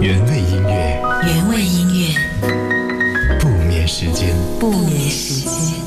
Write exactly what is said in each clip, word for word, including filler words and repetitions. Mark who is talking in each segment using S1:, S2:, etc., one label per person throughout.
S1: 原味音乐，
S2: 原味音乐，
S1: 不眠时间，
S2: 不眠时间。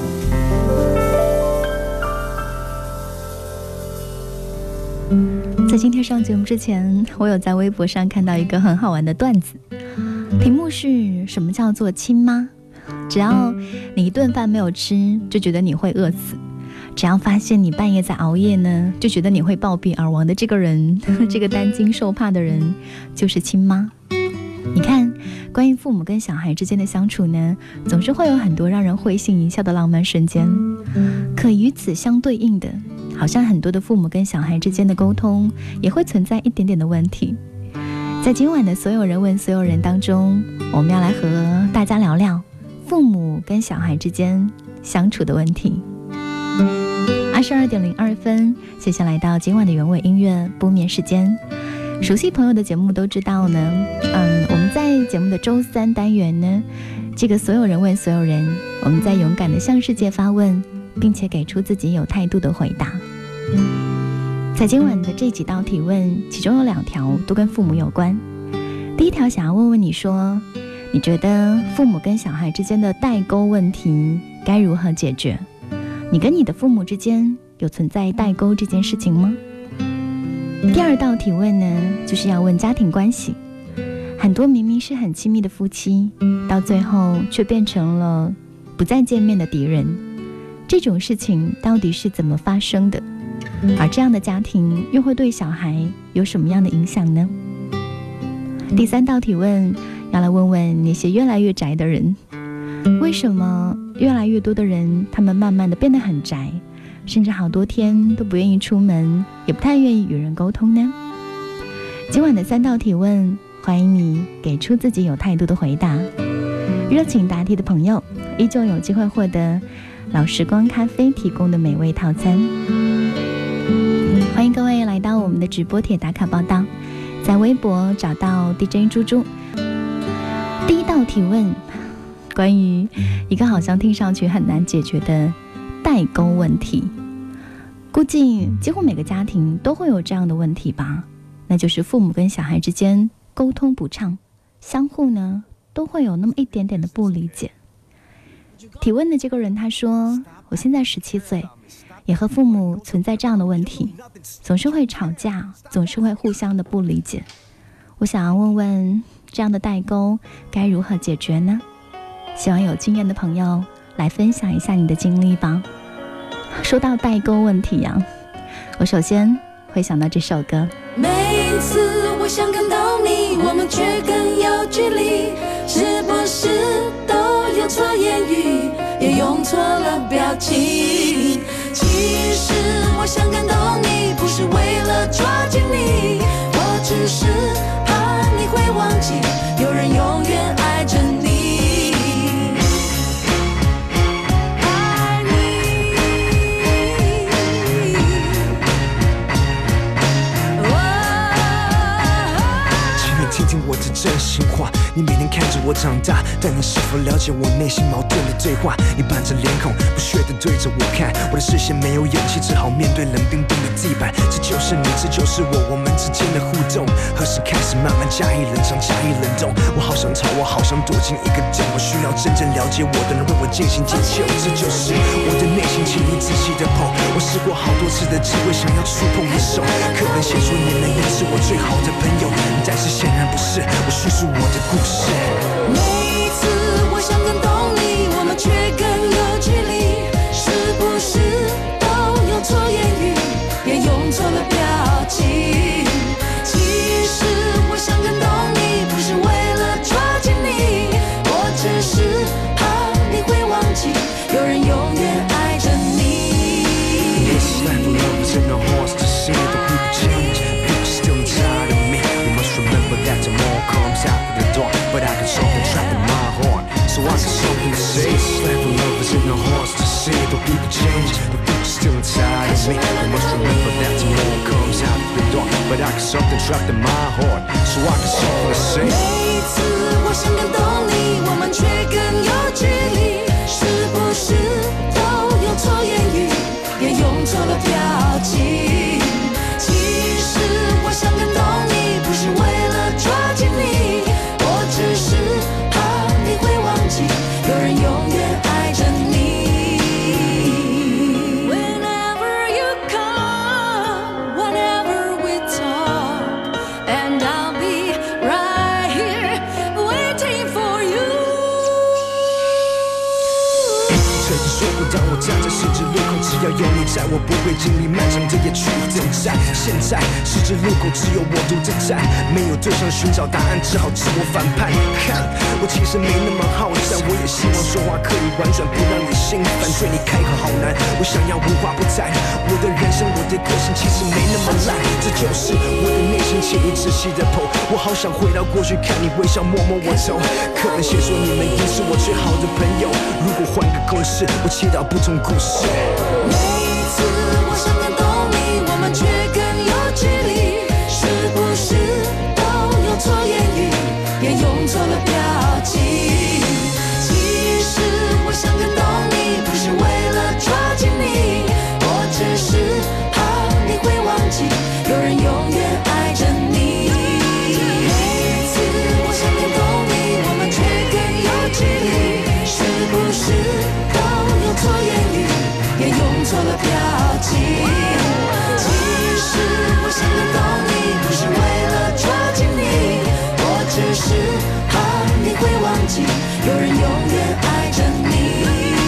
S3: 在今天上节目之前，我有在微博上看到一个很好玩的段子，题目是什么叫做亲妈？只要你一顿饭没有吃，就觉得你会饿死；只要发现你半夜在熬夜呢，就觉得你会暴毙而亡的这个人，这个担惊受怕的人，就是亲妈。你看，关于父母跟小孩之间的相处呢，总是会有很多让人会心一笑的浪漫瞬间。可与此相对应的，好像很多的父母跟小孩之间的沟通也会存在一点点的问题。在今晚的所有人问所有人当中，我们要来和大家聊聊父母跟小孩之间相处的问题。二十二点零二分，接下来到今晚的原味音乐不眠时间。熟悉朋友的节目都知道呢，嗯，我们在节目的周三单元呢，这个所有人问所有人，我们在勇敢的向世界发问，并且给出自己有态度的回答。在今晚的这几道提问，其中有两条都跟父母有关。第一条想要问问你说，你觉得父母跟小孩之间的代沟问题该如何解决？你跟你的父母之间有存在代沟这件事情吗？第二道提问呢，就是要问家庭关系。很多明明是很亲密的夫妻，到最后却变成了不再见面的敌人，这种事情到底是怎么发生的？而这样的家庭又会对小孩有什么样的影响呢？第三道提问要来问问那些越来越宅的人，为什么越来越多的人他们慢慢的变得很宅，甚至好多天都不愿意出门，也不太愿意与人沟通呢？今晚的三道提问，欢迎你给出自己有态度的回答。热情答题的朋友依旧有机会获得老时光咖啡提供的美味套餐。欢迎各位来到我们的直播帖打卡报道，在微博找到 D J 猪猪。第一道提问，关于一个好像听上去很难解决的代沟问题。估计几乎每个家庭都会有这样的问题吧，那就是父母跟小孩之间沟通不畅，相互呢都会有那么一点点的不理解。提问的这个人他说，我现在十七岁，也和父母存在这样的问题，总是会吵架，总是会互相的不理解。我想要问问，这样的代沟该如何解决呢？希望有经验的朋友来分享一下你的经历吧。说到代沟问题呀、啊，我首先会想到这首歌。
S4: 每一次我想感动你，我们却更有距离，是不是都有错言语，也用错了表情？其实我想感动你，不是为了抓紧你，我只是怕你会忘记，有人永远爱着你。
S5: 我这真心话，你每天看着我长大，但你是否了解我内心矛盾的对话？你板着脸孔，不屑地对着我看，我的视线没有勇气，只好面对冷冰冰的地板。这就是你，这就是我，我们之间的互动，何时开始慢慢加以冷藏，加以冷冻？我好想逃，我好想躲进一个洞，我需要真正了解我的人为我尽心尽求，这就是我的内心，请你仔细的碰。我试过好多次的机会，想要触碰你手，课本写说你能也是我最好的朋友，但是显然不是。我叙述我的故事。
S4: 每一次我想感动你，我们却更有距离，是不是都有错言语，也用错了表情？其实我想感动你，不是为了抓紧你，我只是怕你会忘记，有人永远爱着你。
S5: This life of love is in the hearts to see the people change, people still inside of me. We must remember that tomorrow comes after the dark, but I got something trapped in my heart, so I got something to say. This life of love is in the hearts to see the people change, the people still inside of me. We must remember that tomorrow comes after the dark, but I got something trapped in my heart, so I got something to say.
S4: 每一次我想感动你，我们却更有距离，是不是都有错言语，也用错了表情？其实我想感动你，不是为了抓紧你。
S5: 要有你在，我不会经历漫长的夜去征战。现在十字路口只有我独自站，没有对象寻找答案，只好自我反叛。看，我其实没那么好战，我也希望说话可以婉转，不让你心烦。对你开口好难，我想要无话不谈。我的人生，我的个性其实没那么烂，这就是我的内心且一仔细的剖。我好想回到过去，看你微笑，摸摸我头。可能写说你们已是我最好的朋友，如果换个公式，我祈祷不同故事。
S4: 每一次我想感动你，我们却更有距离，是不是都用错言语，也用错了表情？其实我想感动你，不是为了抓紧你，我只是怕你会忘记，有人永远爱着你。每一次我想感动你，我们却更有距离，是不是都用错言语，也用错了表情？其实我想感动你，不是为了抓紧你，我只是怕你会忘记，有人永远爱着你。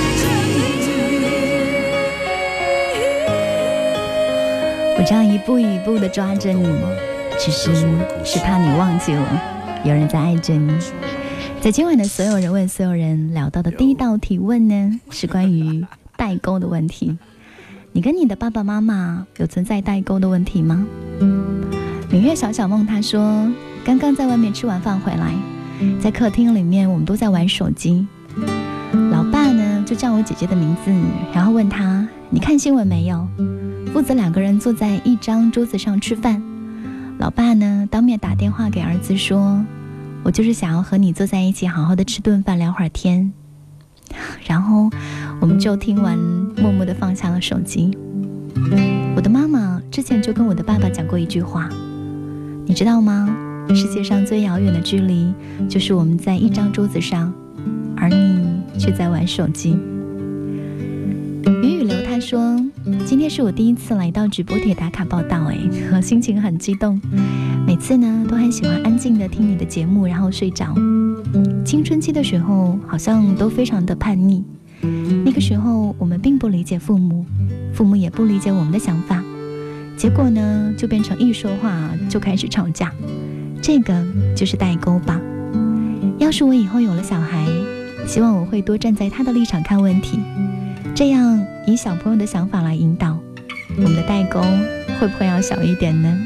S3: 我这样一步一步的抓着你，只是是怕你忘记了，有人在爱着你。在今晚的所有人问所有人聊到的第一道提问呢，是关于代沟的问题。你跟你的爸爸妈妈有存在代沟的问题吗？明月小小梦他说，刚刚在外面吃完饭回来，在客厅里面我们都在玩手机，老爸呢就叫我姐姐的名字，然后问他你看新闻没有？父子两个人坐在一张桌子上吃饭，老爸呢当面打电话给儿子说，我就是想要和你坐在一起好好的吃顿饭聊会儿天。然后我们就听完默默地放下了手机。我的妈妈之前就跟我的爸爸讲过一句话，你知道吗？世界上最遥远的距离就是我们在一张桌子上，而你却在玩手机。雨雨流他说，今天是我第一次来到直播帖打卡报道，哎，心情很激动。每次呢都很喜欢安静的听你的节目，然后睡着。青春期的时候好像都非常的叛逆，那个时候我们并不理解父母，父母也不理解我们的想法，结果呢就变成一说话就开始吵架，这个就是代沟吧。要是我以后有了小孩，希望我会多站在他的立场看问题，这样以小朋友的想法来引导，我们的代沟会不会要小一点呢？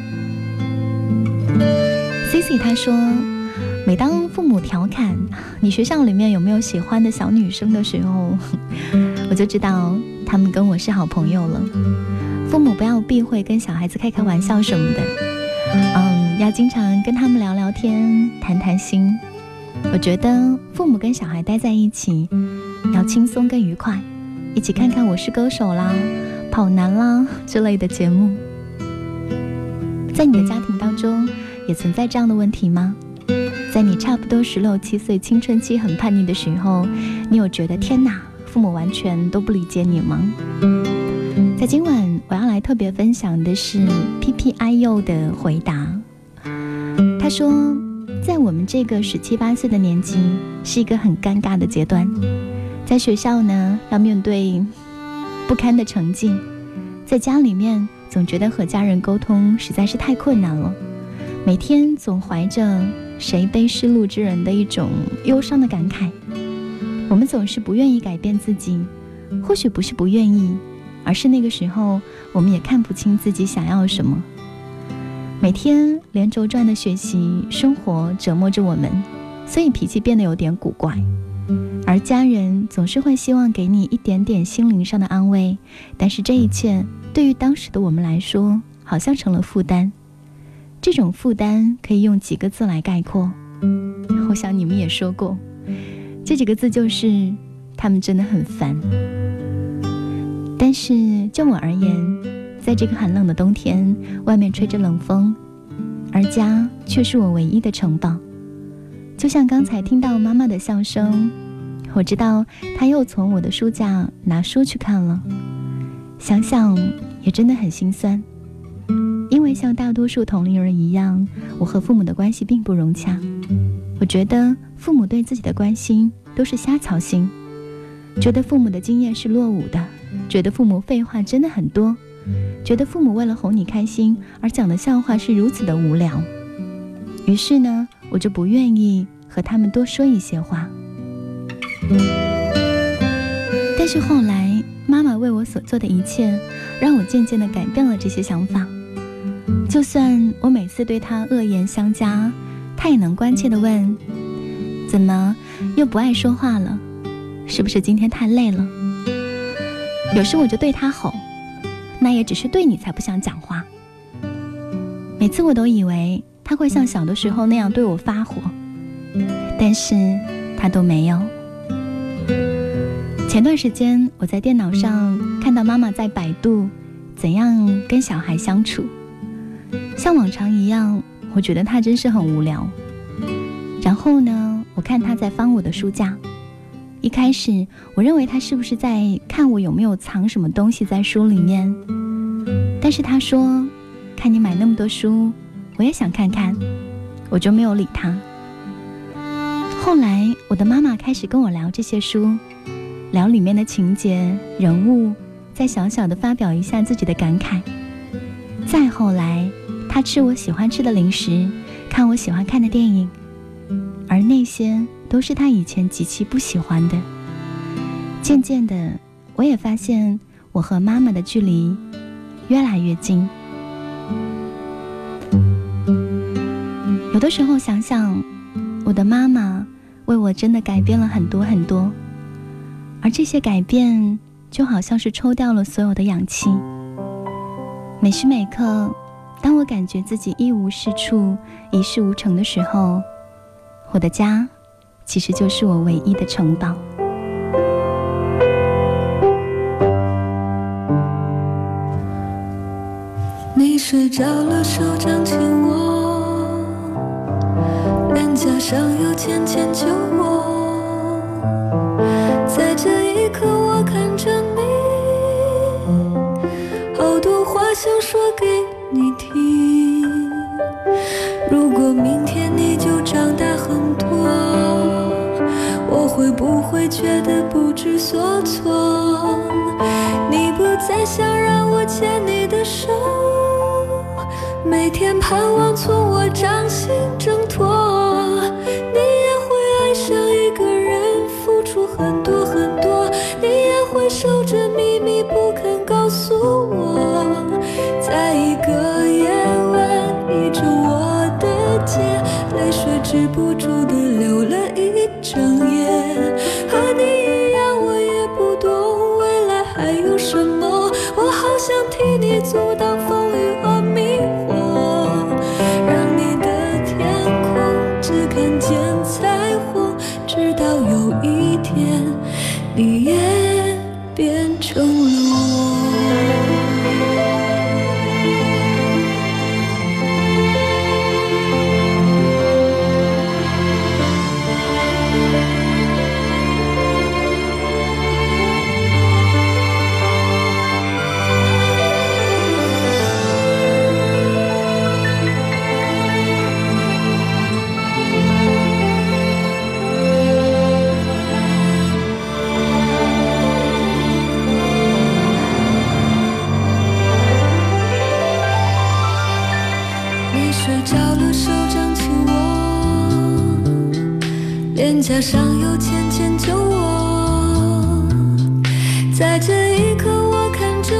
S3: Cici 他说，每当父母调侃你学校里面有没有喜欢的小女生的时候，我就知道他们跟我是好朋友了。父母不要避讳跟小孩子开开玩笑什么的，嗯，要经常跟他们聊聊天，谈谈心。我觉得父母跟小孩待在一起要轻松跟愉快，一起看看《我是歌手》啦、跑男啦之类的节目。在你的家庭当中也存在这样的问题吗？在你差不多十六七岁青春期很叛逆的时候，你有觉得天哪，父母完全都不理解你吗？在今晚我要来特别分享的是 P P I U 的回答。他说，在我们这个十七八岁的年纪是一个很尴尬的阶段，在学校呢要面对不堪的成绩，在家里面总觉得和家人沟通实在是太困难了，每天总怀着谁悲失路之人的一种忧伤的感慨。我们总是不愿意改变自己，或许不是不愿意，而是那个时候我们也看不清自己想要什么。每天连轴转的学习生活折磨着我们，所以脾气变得有点古怪。而家人总是会希望给你一点点心灵上的安慰，但是这一切对于当时的我们来说好像成了负担。这种负担可以用几个字来概括，我想你们也说过，这几个字就是他们真的很烦。但是就我而言，在这个寒冷的冬天，外面吹着冷风，而家却是我唯一的城堡。就像刚才听到妈妈的笑声，我知道她又从我的书架拿书去看了，想想也真的很心酸。因为像大多数同龄人一样，我和父母的关系并不融洽。我觉得父母对自己的关心都是瞎操心，觉得父母的经验是落伍的， 觉得父母废话真的很多，觉得父母为了哄你开心而讲的笑话是如此的无聊。于是呢，我就不愿意和他们多说一些话。但是后来，妈妈为我所做的一切，让我渐渐地改变了这些想法。就算我每次对她恶言相加，她也能关切地问：怎么又不爱说话了？是不是今天太累了？有时我就对她吼，那也只是对你才不想讲话。每次我都以为她会像小的时候那样对我发火，但是她都没有。前段时间我在电脑上看到妈妈在百度怎样跟小孩相处，像往常一样，我觉得她真是很无聊。然后呢，我看她在翻我的书架，一开始我认为她是不是在看我有没有藏什么东西在书里面，但是她说看你买那么多书，我也想看看，我就没有理她。后来我的妈妈开始跟我聊这些书，聊里面的情节人物，再小小的发表一下自己的感慨。再后来她吃我喜欢吃的零食，看我喜欢看的电影，而那些都是她以前极其不喜欢的。渐渐的，我也发现我和妈妈的距离越来越近。有的时候想想，我的妈妈为我真的改变了很多很多，而这些改变就好像是抽掉了所有的氧气。每时每刻，当我感觉自己一无是处、一事无成的时候，我的家其实就是我唯一的城堡。
S4: 你睡着了，手掌紧握，脸颊上有浅浅酒窝，在这一刻我看着你，好多话想说给你听。如果明天你就长大很多，我会不会觉得不知所措？你不再想让我牵你的手，每天盼望从我掌心挣脱。你也会爱上一个人，付出很多很多，你也会守着秘密不肯告诉我。在一个夜晚依着我的肩，泪水止不住的流了一整夜。和你一样，我也不懂未来还有什么，我好想替你阻挡风雨和迷惑，让你的天空只看见彩虹，直到有一天你也变成了我。脸颊上有浅浅酒窝，在这一刻我看着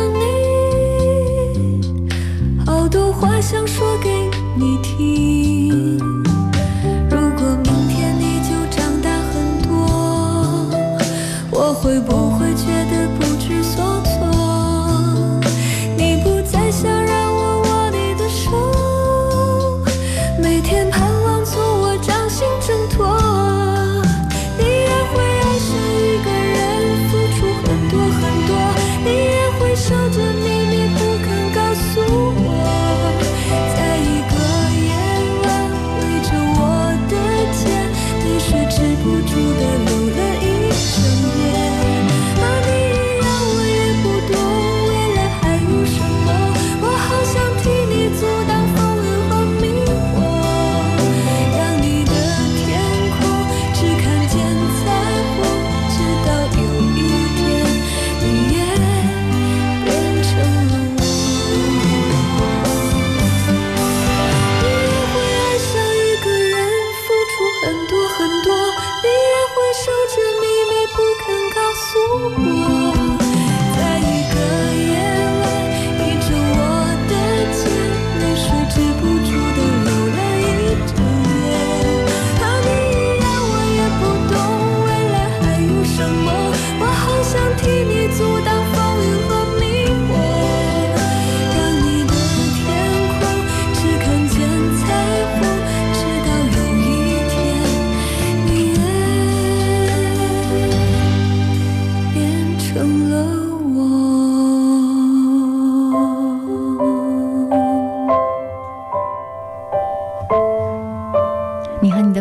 S4: 你，好多话想说给你听。如果明天你就长大很多，我会不会觉得不知所措？你不再想让我握你的手，每天盼望从我掌心挣脱。守着秘密不肯告诉我，在一个夜晚围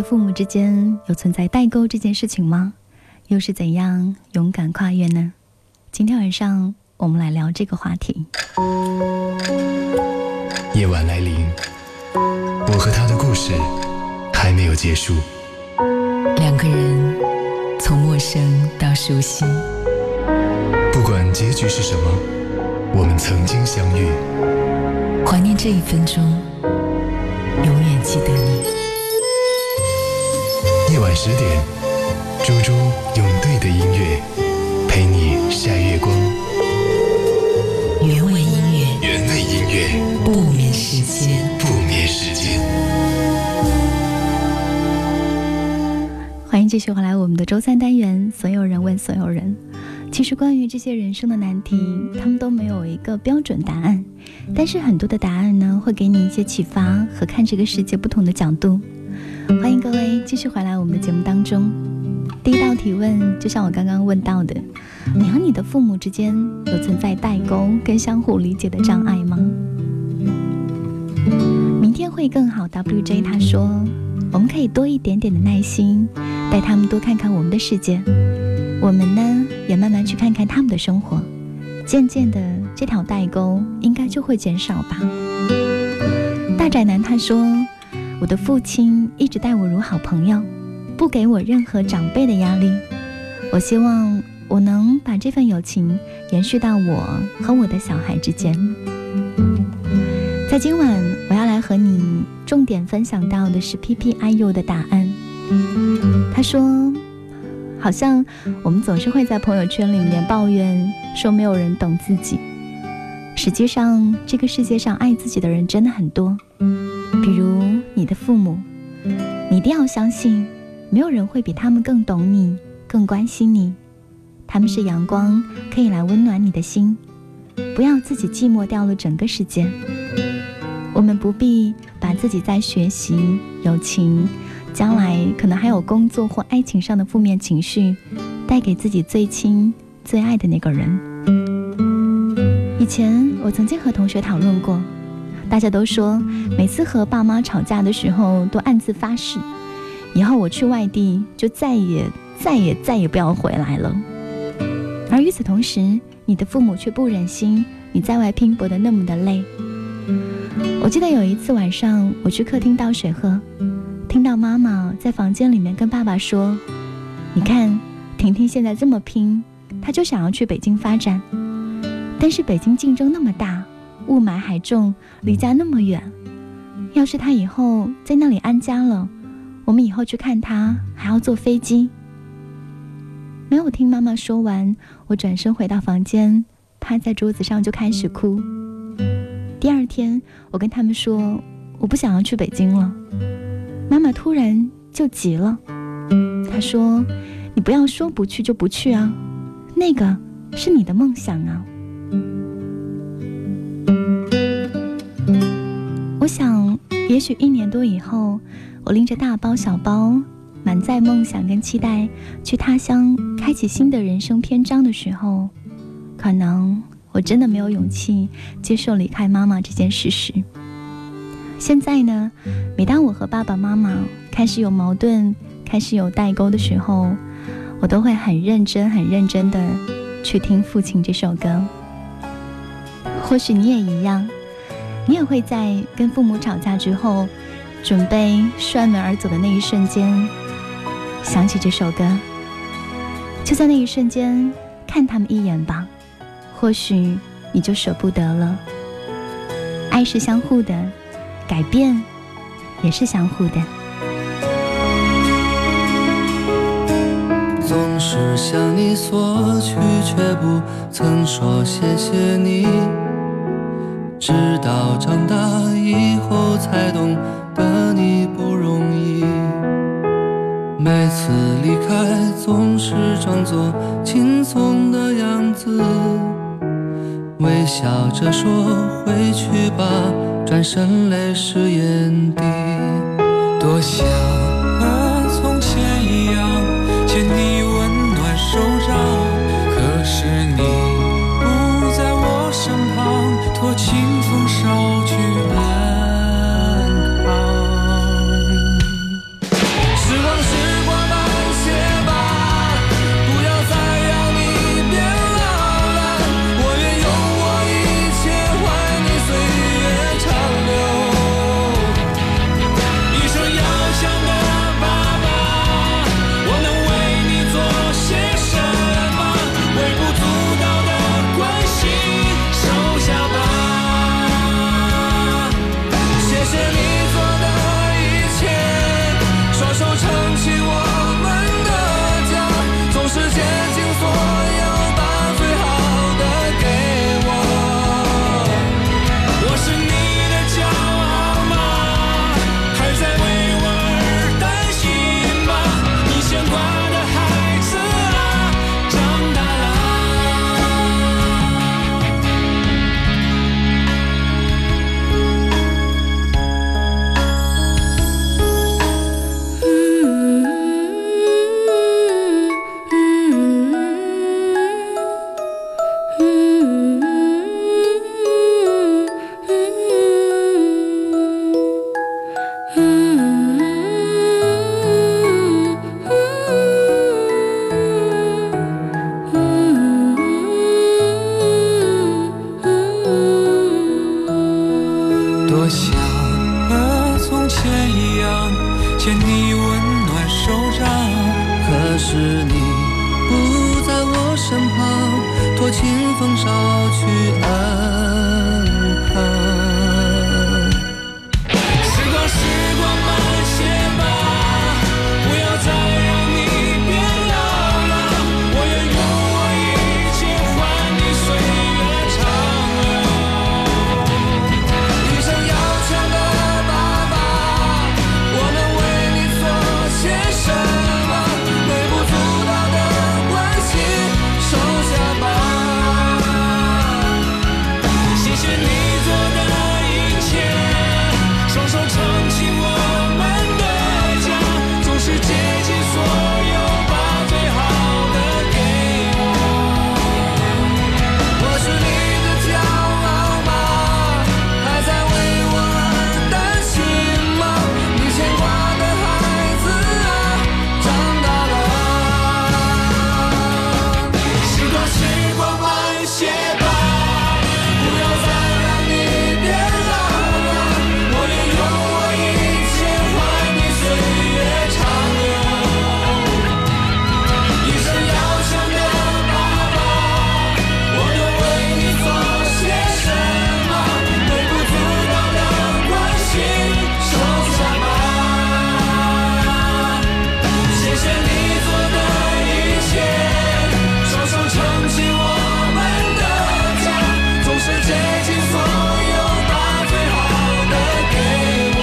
S3: 父母之间有存在代沟这件事情吗？又是怎样勇敢跨越呢？今天晚上我们来聊这个话题。
S1: 夜晚来临，我和他的故事还没有结束。
S2: 两个人从陌生到熟悉，
S1: 不管结局是什么，我们曾经相遇。
S2: 怀念这一分钟，永远记得你。
S1: 夜晚十点，猪猪用对的音乐陪你晒月光。
S2: 原味音乐，
S1: 原味音乐，
S2: 不眠时间，
S1: 不眠时间。
S3: 欢迎继续回来我们的周三单元，所有人问所有人。其实关于这些人生的难题，他们都没有一个标准答案，但是很多的答案呢，会给你一些启发和看这个世界不同的角度。欢迎各位继续回来我们的节目当中。第一道提问，就像我刚刚问到的，你和你的父母之间有存在代沟跟相互理解的障碍吗？明天会更好 W J 他说，我们可以多一点点的耐心，带他们多看看我们的世界，我们呢也慢慢去看看他们的生活，渐渐的这条代沟应该就会减少吧。大宅男他说，我的父亲一直待我如好朋友，不给我任何长辈的压力，我希望我能把这份友情延续到我和我的小孩之间。在今晚我要来和你重点分享到的是 P P I U 的答案。他说，好像我们总是会在朋友圈里面抱怨说没有人懂自己，实际上这个世界上爱自己的人真的很多，比如你的父母，你一定要相信没有人会比他们更懂你，更关心你，他们是阳光，可以来温暖你的心，不要自己寂寞掉了整个世界。我们不必把自己在学习、友情，将来可能还有工作或爱情上的负面情绪带给自己最亲最爱的那个人。以前我曾经和同学讨论过，大家都说每次和爸妈吵架的时候都暗自发誓，以后我去外地就再也再也再也不要回来了。而与此同时，你的父母却不忍心你在外拼搏的那么的累。我记得有一次晚上，我去客厅倒水喝，听到妈妈在房间里面跟爸爸说，你看婷婷现在这么拼，她就想要去北京发展，但是北京竞争那么大，雾霾还重，离家那么远，要是她以后在那里安家了，我们以后去看她还要坐飞机。没有听妈妈说完，我转身回到房间，趴在桌子上就开始哭。第二天我跟他们说，我不想要去北京了，妈妈突然就急了，她说，你不要说不去就不去啊，那个是你的梦想啊。我想也许一年多以后，我拎着大包小包，满载梦想跟期待去他乡开启新的人生篇章的时候，可能我真的没有勇气接受离开妈妈这件事实。现在呢，每当我和爸爸妈妈开始有矛盾，开始有代沟的时候，我都会很认真很认真的去听父亲这首歌。或许你也一样，你也会在跟父母吵架之后，准备摔门而走的那一瞬间想起这首歌，就在那一瞬间看他们一眼吧，或许你就舍不得了。爱是相互的，改变也是相互的。
S6: 总是向你索取，却不曾说谢谢你，直到长大以后才懂得你不容易。每次离开总是装作轻松的样子，微笑着说回去吧，转身泪湿眼底。
S7: 多想和从前一样牵你温暖手掌，可是你不在我身旁，托清风捎去安康。 前一样，牵你温暖手掌。
S6: 可是你不在我身旁，托清风捎去安旁。
S7: 时光时光慢些吧，不要再让你变老了。我愿用我一切换你岁月长了。
S6: 一生要强的爸爸，我能为你做些什么？微不足道的关心，收下吧。
S7: 谢谢你做的一切，双手撑起我们的家，总是竭尽所有把最好的给我。
S6: 我是你的骄傲吗？还在为我而担心吗？你牵挂的孩子啊，长大了。
S7: 时光时光慢些吧，不要再让你变老了。我愿用我一切换你岁月长了。一生要强的爸爸，我能为你做些什么？微不足道的关心，收下吧。谢谢你做的一切，双手撑起我们的家，总是竭尽所有把最好的给我。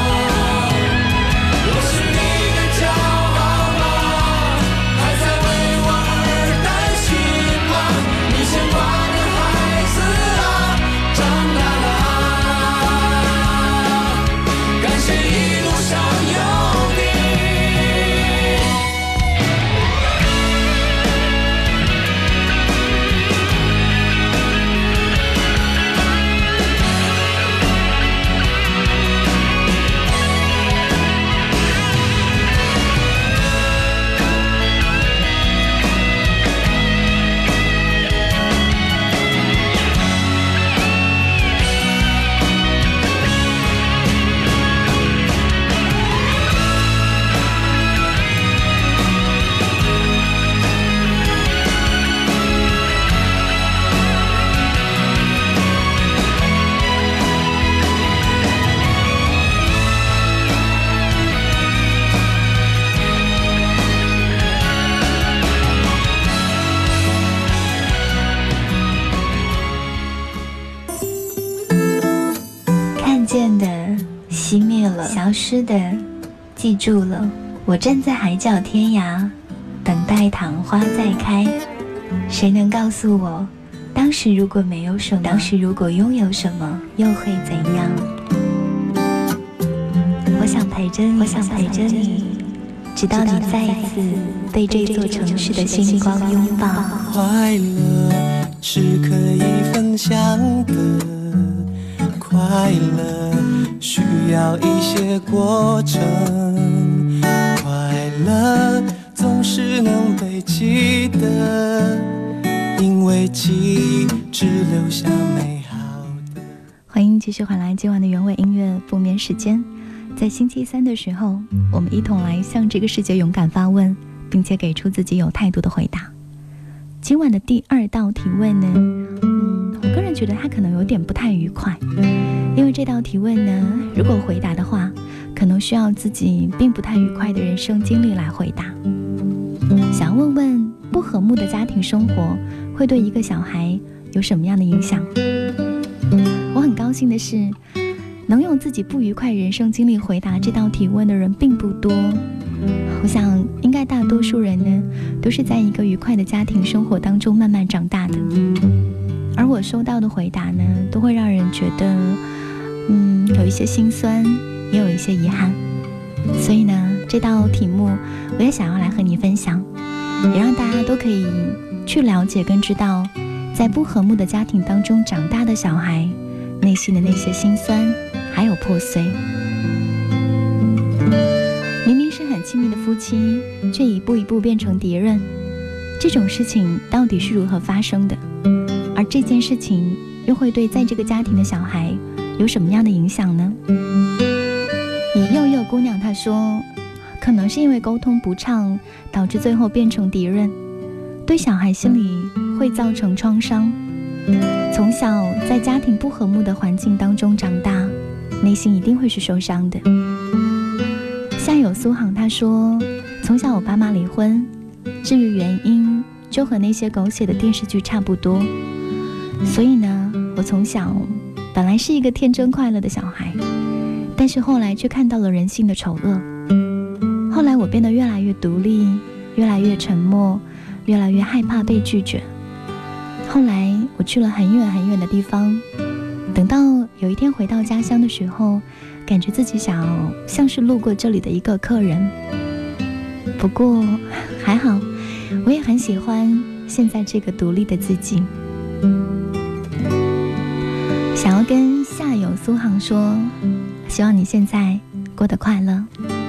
S7: 我是你的骄傲吗？还在为我而担心吗？你牵挂的孩子啊，长大了。感谢一路上有你。
S3: 看见的熄灭了，消失的记住了。我站在海角天涯，等待昙花再开。谁能告诉我，当时如果没有什么，当时如果拥有什么，又会怎样？我想陪着你，我想陪着你，直到你再一次被这座城市的星光拥抱。
S8: 快乐是可以分享的，快乐需要一些过程，快乐总是能被记得，因为记忆只留下美好的。
S3: 欢迎继续回来今晚的原味音乐不眠时间。在星期三的时候，我们一同来向这个世界勇敢发问，并且给出自己有态度的回答。今晚的第二道提问呢，嗯，我个人觉得它可能有点不太愉快，因为这道提问呢，如果回答的话，可能需要自己并不太愉快的人生经历来回答。想要问问，不和睦的家庭生活会对一个小孩有什么样的影响？我很高兴的是，能用自己不愉快人生经历回答这道提问的人并不多。我想应该大多数人呢，都是在一个愉快的家庭生活当中慢慢长大的，而我收到的回答呢，都会让人觉得嗯，有一些心酸，也有一些遗憾。所以呢，这道题目我也想要来和你分享，也让大家都可以去了解跟知道，在不和睦的家庭当中长大的小孩内心的那些心酸还有破碎。明明是很亲密的夫妻，却一步一步变成敌人，这种事情到底是如何发生的？而这件事情又会对在这个家庭的小孩有什么样的影响呢？以说，可能是因为沟通不畅，导致最后变成敌人，对小孩心里会造成创伤。从小在家庭不和睦的环境当中长大，内心一定会是受伤的。夏有苏杭他说，从小我爸妈离婚，至于原因就和那些狗血的电视剧差不多。所以呢，我从小本来是一个天真快乐的小孩，但是后来却看到了人性的丑恶。后来我变得越来越独立，越来越沉默，越来越害怕被拒绝。后来我去了很远很远的地方，等到有一天回到家乡的时候，感觉自己想像是路过这里的一个客人。不过还好，我也很喜欢现在这个独立的自己。想要跟夏有苏杭说，希望你现在过得快乐。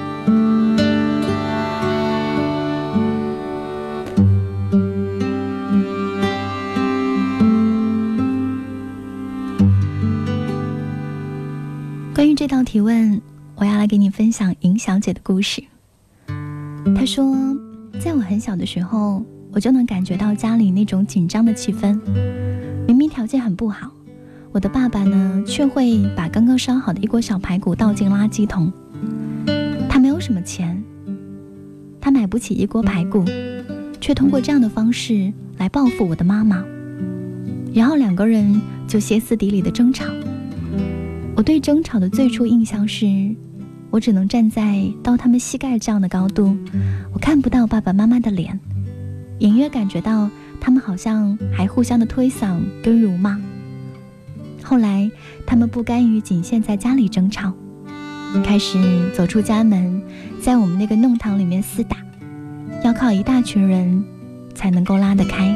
S3: 关于这道提问，我要来给你分享尹小姐的故事。她说，在我很小的时候，我就能感觉到家里那种紧张的气氛。明明条件很不好，我的爸爸呢，却会把刚刚烧好的一锅小排骨倒进垃圾桶。他没有什么钱，他买不起一锅排骨，却通过这样的方式来报复我的妈妈。然后两个人就歇斯底里的争吵。我对争吵的最初印象是，我只能站在到他们膝盖这样的高度，我看不到爸爸妈妈的脸，隐约感觉到他们好像还互相的推搡跟辱骂。后来他们不甘于仅限在家里争吵，开始走出家门，在我们那个弄堂里面厮打，要靠一大群人才能够拉得开。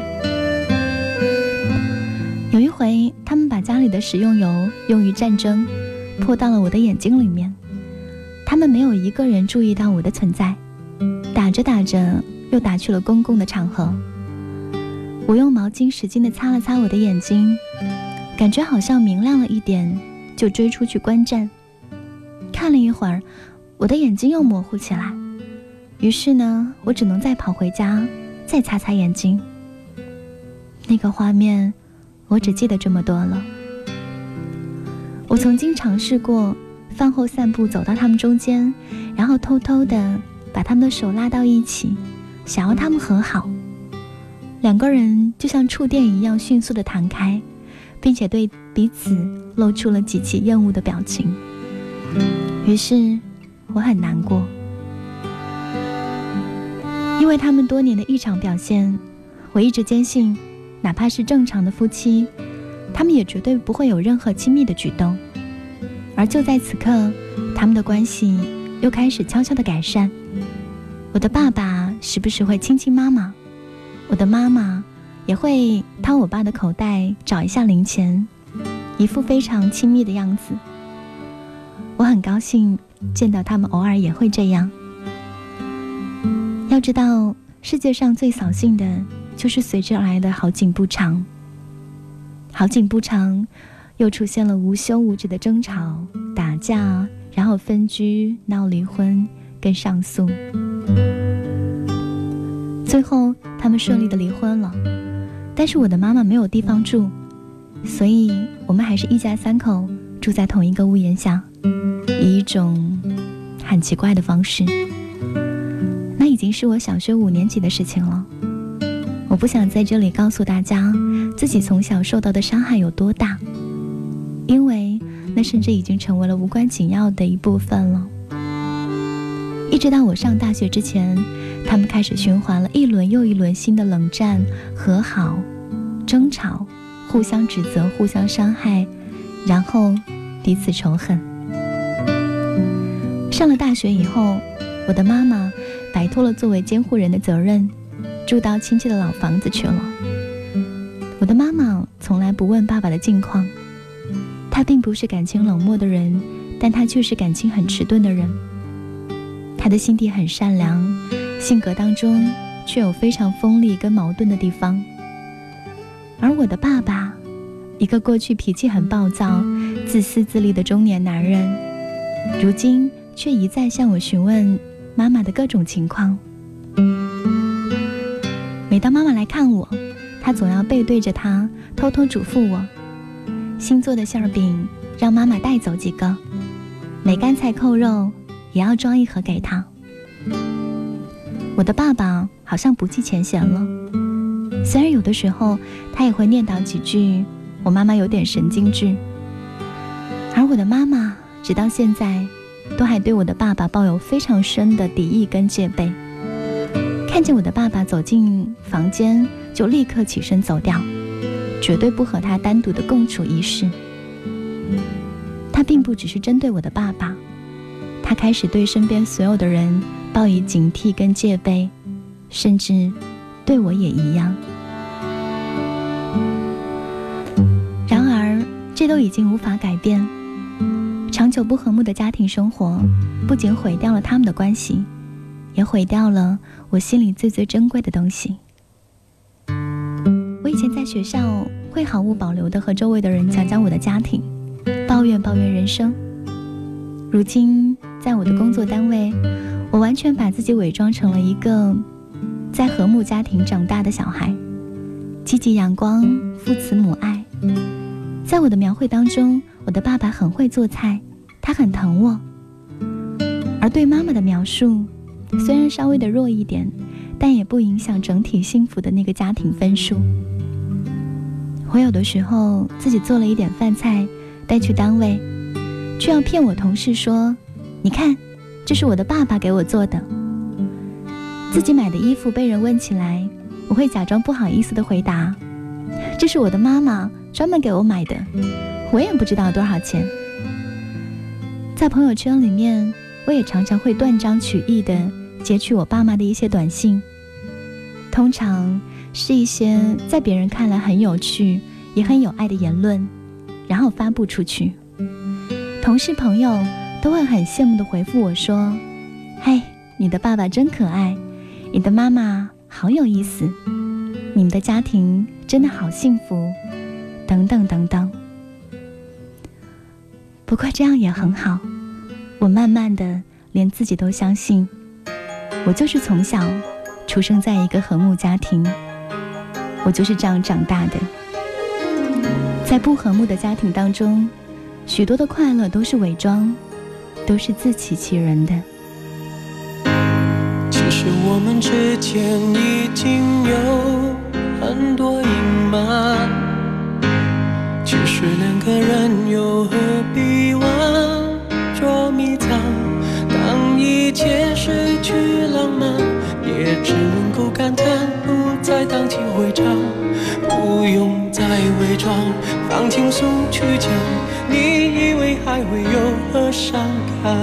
S3: 有一回，他们把家里的食用油用于战争，泼到了我的眼睛里面。他们没有一个人注意到我的存在，打着打着又打去了公共的场合。我用毛巾使劲地擦了擦我的眼睛，感觉好像明亮了一点，就追出去观战。看了一会儿，我的眼睛又模糊起来，于是呢，我只能再跑回家，再擦擦眼睛。那个画面，我只记得这么多了。我曾经尝试过饭后散步走到他们中间，然后偷偷的把他们的手拉到一起，想要他们和好。两个人就像触电一样迅速的弹开，并且对彼此露出了极其厌恶的表情。于是我很难过，因为他们多年的异常表现，我一直坚信，哪怕是正常的夫妻，他们也绝对不会有任何亲密的举动。而就在此刻，他们的关系又开始悄悄的改善。我的爸爸时不时会亲亲妈妈，我的妈妈也会掏我爸的口袋找一下零钱，一副非常亲密的样子。我很高兴见到他们偶尔也会这样。要知道，世界上最扫兴的就是随之而来的好景不长。好景不长，又出现了无休无止的争吵、打架，然后分居、闹离婚跟上诉。最后他们顺利的离婚了，但是我的妈妈没有地方住，所以我们还是一家三口住在同一个屋檐下，以一种很奇怪的方式。那已经是我小学五年级的事情了。我不想在这里告诉大家自己从小受到的伤害有多大，因为那甚至已经成为了无关紧要的一部分了。一直到我上大学之前，他们开始循环了一轮又一轮新的冷战、和好、争吵、互相指责、互相伤害，然后彼此仇恨。上了大学以后，我的妈妈摆脱了作为监护人的责任，住到亲戚的老房子去了。我的妈妈从来不问爸爸的近况，她并不是感情冷漠的人，但她却是感情很迟钝的人。她的心地很善良，性格当中却有非常锋利跟矛盾的地方。而我的爸爸，一个过去脾气很暴躁、自私自利的中年男人，如今却一再向我询问妈妈的各种情况。每当妈妈来看我，她总要背对着她，偷偷嘱咐我：新做的馅饼让妈妈带走几个，梅干菜扣肉也要装一盒给她。我的爸爸好像不计前嫌了，虽然有的时候他也会念叨几句我妈妈有点神经质，而我的妈妈直到现在都还对我的爸爸抱有非常深的敌意跟戒备。看见我的爸爸走进房间，就立刻起身走掉，绝对不和他单独的共处一室。他并不只是针对我的爸爸，他开始对身边所有的人抱以警惕跟戒备，甚至对我也一样。然而这都已经无法改变，长久不和睦的家庭生活不仅毁掉了他们的关系，也毁掉了我心里最最珍贵的东西。我以前在学校会毫无保留地和周围的人讲讲我的家庭，抱怨抱怨人生。如今在我的工作单位，我完全把自己伪装成了一个在和睦家庭长大的小孩，积极阳光，父慈母爱。在我的描绘当中，我的爸爸很会做菜，他很疼我。而对妈妈的描述虽然稍微的弱一点，但也不影响整体幸福的那个家庭分数。我有的时候自己做了一点饭菜带去单位，却要骗我同事说，你看，这是我的爸爸给我做的。自己买的衣服被人问起来，我会假装不好意思的回答，这是我的妈妈专门给我买的，我也不知道多少钱。在朋友圈里面，我也常常会断章取义的截取我爸妈的一些短信，通常是一些在别人看来很有趣也很有爱的言论，然后发布出去。同事朋友都会很羡慕的回复我说，嘿，你的爸爸真可爱，你的妈妈好有意思，你们的家庭真的好幸福，等等等等。不过这样也很好，我慢慢的连自己都相信，我就是从小出生在一个和睦家庭，我就是这样长大的。在不和睦的家庭当中，许多的快乐都是伪装，都是自欺欺人的。
S8: 其实我们之间已经有很多隐瞒，其实两个人又何必玩捉迷藏？当一切失去浪漫，也只能够感叹不再荡气回肠，不用再伪装，放轻松去讲，你以为还会有何伤感？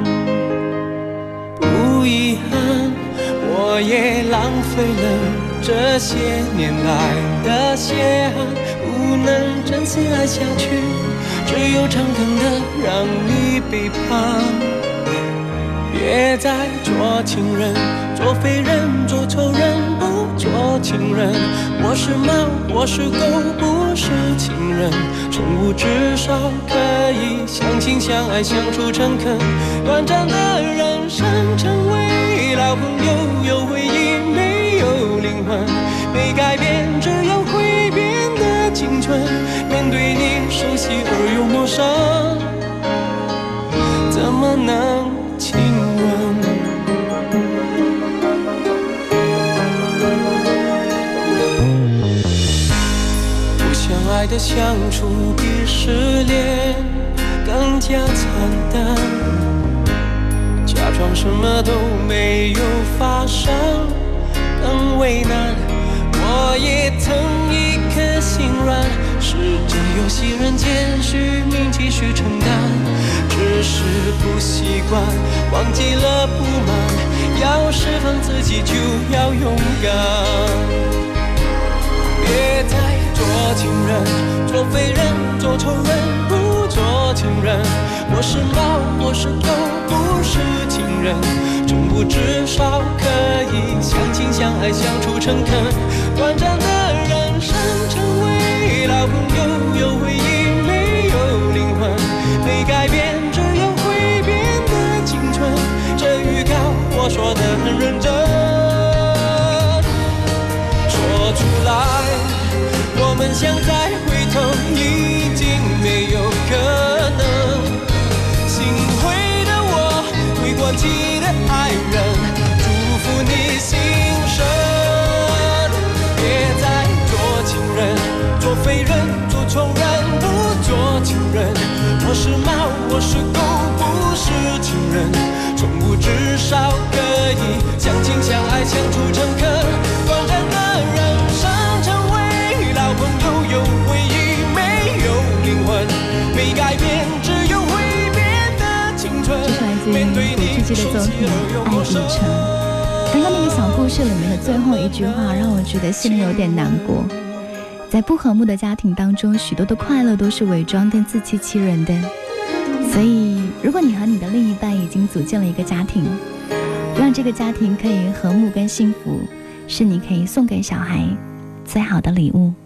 S8: 不遗憾，我也浪费了这些年来的血汗，不能真心爱下去，只有诚恳的让你背叛。别再做情人，做废人，做仇人，不做情人。我是猫，我是狗，不是情人。宠物至少可以相亲相爱，相处诚恳。短暂的人生成为老朋友，有回忆没有灵魂，没改变只有会变的青春。面对你熟悉而又陌生，怎么能亲吻？不相爱的相处比失恋更加惨淡，假装什么都没有发生更为难。我也曾一颗心软，是这游戏人间虚名继续承担，只是不习惯，忘记了不满，要释放自己就要勇敢。别再做情人，做废人，做仇人，不做情人。我是猫，我是狗，不是情人。宠物至少可以相亲相爱，相处诚恳。短暂的人生成为老朋友，有回忆没有灵魂，没改变只有会变的青春。 想再回头已经没有可能。心灰的我，未关机的爱人，祝福你心生。别再做情人，做废人，做穷人，不做情人。我是猫，我是狗，不是情人。宠物至少可以相亲相爱，相处诚恳。短暂的人生，成为老朋友，有回忆没有灵魂，没改变，只有会变的青春。
S3: 这是来自于古巨基的作品《爱已成》。刚刚那个小故事里面的最后一句话，让我觉得心里有点难过。在不和睦的家庭当中，许多的快乐都是伪装跟自欺欺人的。所以，如果你和你的另一半已经组建了一个家庭，让这个家庭可以和睦跟幸福，是你可以送给小孩最好的礼物。